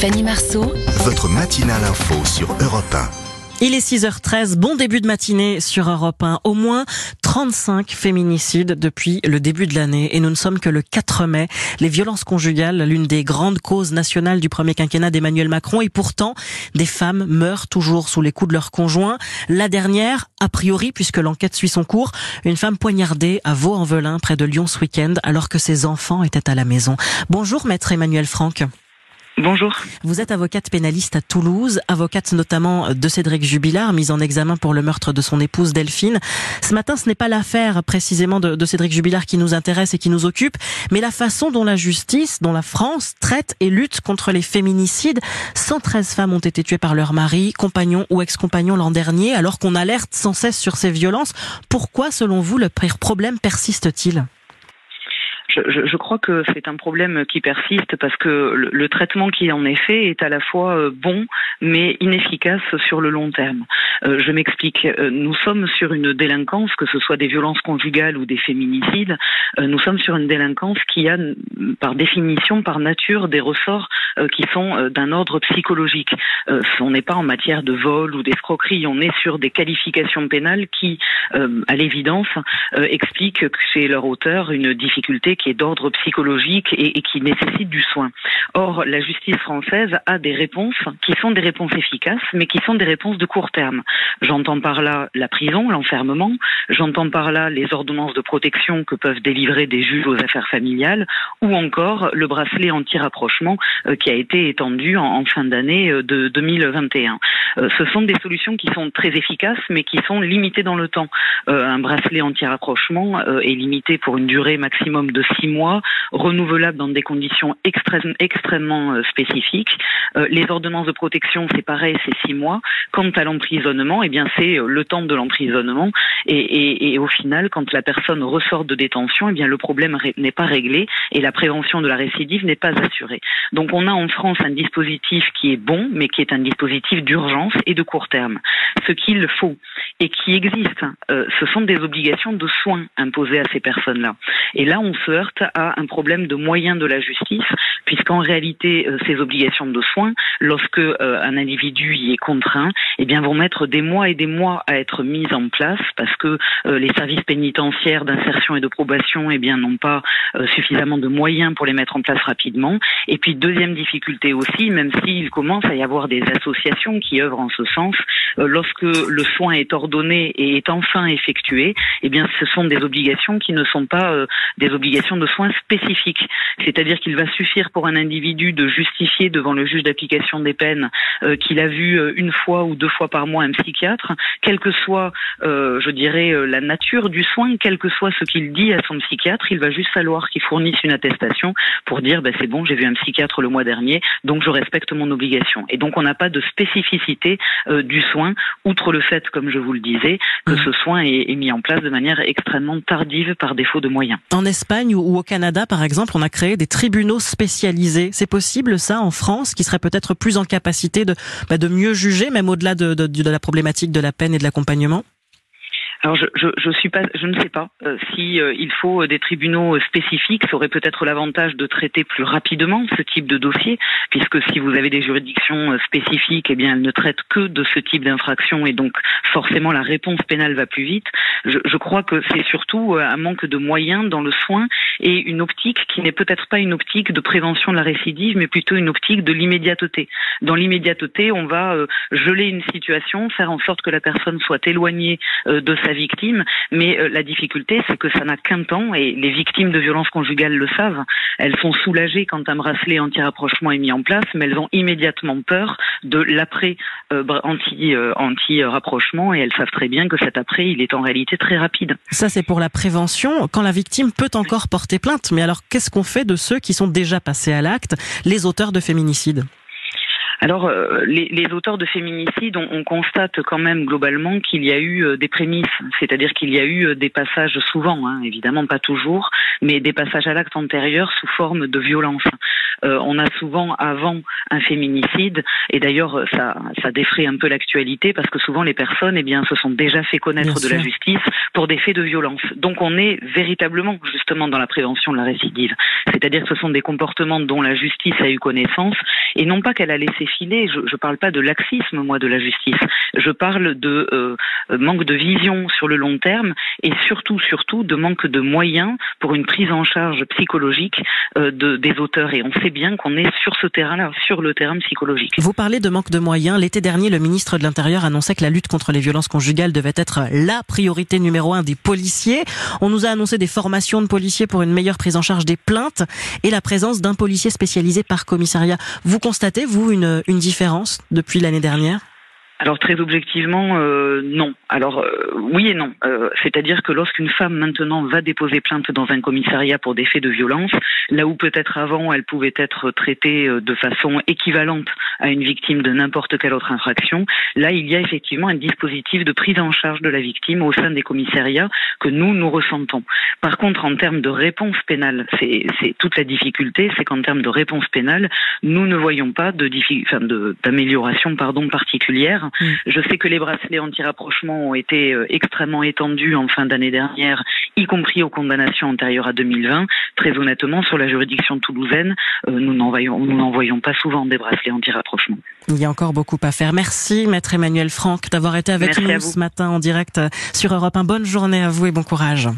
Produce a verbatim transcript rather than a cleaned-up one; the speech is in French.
Fanny Marceau, votre matinale info sur Europe un. Il est six heures treize, bon début de matinée sur Europe un. Au moins trente-cinq féminicides depuis le début de l'année et nous ne sommes que le quatre mai. Les violences conjugales, l'une des grandes causes nationales du premier quinquennat d'Emmanuel Macron, et pourtant des femmes meurent toujours sous les coups de leurs conjoints. La dernière, a priori, puisque l'enquête suit son cours, une femme poignardée à Vaux-en-Velin près de Lyon ce week-end alors que ses enfants étaient à la maison. Bonjour maître Emmanuel Franck. Bonjour. Vous êtes avocate pénaliste à Toulouse, avocate notamment de Cédric Jubilard, mise en examen pour le meurtre de son épouse Delphine. Ce matin, ce n'est pas l'affaire précisément de, de Cédric Jubilard qui nous intéresse et qui nous occupe, mais la façon dont la justice, dont la France traite et lutte contre les féminicides. cent treize femmes ont été tuées par leur mari, compagnon ou ex-compagnon l'an dernier, alors qu'on alerte sans cesse sur ces violences. Pourquoi, selon vous, le problème persiste-t-il ? Je, je, je crois que c'est un problème qui persiste parce que le, le traitement qui en est fait est à la fois bon mais inefficace sur le long terme. Euh, je m'explique. Nous sommes sur une délinquance, que ce soit des violences conjugales ou des féminicides, euh, nous sommes sur une délinquance qui a par définition, par nature, des ressorts euh, qui sont euh, d'un ordre psychologique. Euh, on n'est pas en matière de vol ou d'escroquerie, on est sur des qualifications pénales qui, euh, à l'évidence, euh, expliquent chez leur auteur une difficulté qui est d'ordre psychologique et, et qui nécessite du soin. Or, la justice française a des réponses qui sont des réponses efficaces, mais qui sont des réponses de court terme. J'entends par là la prison, l'enfermement, j'entends par là les ordonnances de protection que peuvent délivrer des juges aux affaires familiales, ou encore le bracelet anti-rapprochement euh, qui a été étendu en, en fin d'année euh, de deux mille vingt et un. Euh, ce sont des solutions qui sont très efficaces, mais qui sont limitées dans le temps. Euh, un bracelet anti-rapprochement euh, est limité pour une durée maximum de six mois, renouvelable dans des conditions extrême, extrêmement euh, spécifiques. Euh, les ordonnances de protection, c'est pareil, c'est six mois. Quant à l'emprisonnement, eh bien c'est euh, le temps de l'emprisonnement. Et, et, et au final, quand la personne ressort de détention, eh bien le problème ré- n'est pas réglé et la prévention de la récidive n'est pas assurée. Donc on a en France un dispositif qui est bon, mais qui est un dispositif d'urgence et de court terme. Ce qu'il faut et qui existe, euh, ce sont des obligations de soins imposées à ces personnes-là. Et là, on se heurte à un problème de moyens de la justice, puisqu'en réalité, euh, ces obligations de soins, lorsque euh, un individu y est contraint, eh bien, vont mettre des mois et des mois à être mises en place, parce que euh, les services pénitentiaires d'insertion et de probation, eh bien, n'ont pas euh, suffisamment de moyens pour les mettre en place rapidement. Et puis, deuxième difficulté aussi, même s'il commence à y avoir des associations qui œuvrent en ce sens, euh, lorsque le soin est ordonné et est enfin effectué, eh bien, ce sont des obligations qui ne sont pas euh, des obligations de soins spécifiques. C'est-à-dire qu'il va suffire pour un individu de justifier devant le juge d'application des peines euh, qu'il a vu euh, une fois ou deux fois par mois un psychiatre, quelle que soit, euh, je dirais, euh, la nature du soin, quel que soit ce qu'il dit à son psychiatre, il va juste falloir qu'il fournisse une attestation pour dire ben, c'est bon, j'ai vu un psychiatre le mois dernier, donc je respecte mon obligation. Et donc on n'a pas de spécificité euh, du soin, outre le fait, comme je vous le disais, que mmh. ce soin est, est mis en place de manière extrêmement tardive par défaut de moyens. En Espagne ou au Canada, par exemple, on a créé des tribunaux spécialisés. C'est possible, ça, en France, qui serait peut-être plus en capacité de, bah, de mieux juger, même au-delà de, de, de la problématique de la peine et de l'accompagnement ? Alors je, je, je suis pas, je ne sais pas euh, si euh, il faut des tribunaux spécifiques. Ça aurait peut-être l'avantage de traiter plus rapidement ce type de dossier, puisque si vous avez des juridictions spécifiques, eh bien elles ne traitent que de ce type d'infraction et donc forcément la réponse pénale va plus vite. Je, je crois que c'est surtout un manque de moyens dans le soin et une optique qui n'est peut-être pas une optique de prévention de la récidive, mais plutôt une optique de l'immédiateté. Dans l'immédiateté, on va euh, geler une situation, faire en sorte que la personne soit éloignée euh, de sa victime, mais euh, la difficulté, c'est que ça n'a qu'un temps, et les victimes de violences conjugales le savent. Elles sont soulagées quand un bracelet anti-rapprochement est mis en place, mais elles ont immédiatement peur de l'après euh, anti, euh, anti-rapprochement, et elles savent très bien que cet après, il est en réalité très rapide. Ça, c'est pour la prévention, quand la victime peut encore porter plainte. Mais alors, qu'est-ce qu'on fait de ceux qui sont déjà passés à l'acte, les auteurs de féminicides ? Alors, euh, les, les auteurs de féminicide, on, on constate quand même globalement qu'il y a eu euh, des prémices, c'est-à-dire qu'il y a eu euh, des passages souvent, hein, évidemment pas toujours, mais des passages à l'acte antérieur sous forme de violence. Euh, on a souvent avant un féminicide, et d'ailleurs ça, ça défraie un peu l'actualité parce que souvent les personnes, eh bien, se sont déjà fait connaître bien de sûr. La justice pour des faits de violence. Donc on est véritablement justement dans la prévention de la récidive, c'est-à-dire que ce sont des comportements dont la justice a eu connaissance Et non pas qu'elle a laissé filer, je ne parle pas de laxisme, moi, de la justice. Je parle de euh, manque de vision sur le long terme et surtout, surtout, de manque de moyens pour une prise en charge psychologique euh, de, des auteurs. Et on sait bien qu'on est sur ce terrain-là, sur le terrain psychologique. Vous parlez de manque de moyens. L'été dernier, le ministre de l'Intérieur annonçait que la lutte contre les violences conjugales devait être la priorité numéro un des policiers. On nous a annoncé des formations de policiers pour une meilleure prise en charge des plaintes et la présence d'un policier spécialisé par commissariat. Vous constatez, vous, une, une différence depuis l'année dernière ? Alors très objectivement, euh, non. Alors euh, oui et non. Euh, c'est-à-dire que lorsqu'une femme maintenant va déposer plainte dans un commissariat pour des faits de violence, là où peut-être avant elle pouvait être traitée de façon équivalente à une victime de n'importe quelle autre infraction, là il y a effectivement un dispositif de prise en charge de la victime au sein des commissariats que nous, nous ressentons. Par contre, en termes de réponse pénale, c'est, c'est toute la difficulté, c'est qu'en termes de réponse pénale, nous ne voyons pas de, enfin de d'amélioration pardon, particulière. Mmh. Je sais que les bracelets anti-rapprochement ont été euh, extrêmement étendus en fin d'année dernière, y compris aux condamnations antérieures à deux mille vingt. Très honnêtement, sur la juridiction toulousaine, euh, nous n'en voyons, nous n'en voyons pas souvent des bracelets anti-rapprochement. Il y a encore beaucoup à faire. Merci, Maître Emmanuelle Franck, d'avoir été avec Merci nous ce matin en direct sur Europe un. Bonne journée à vous et bon courage.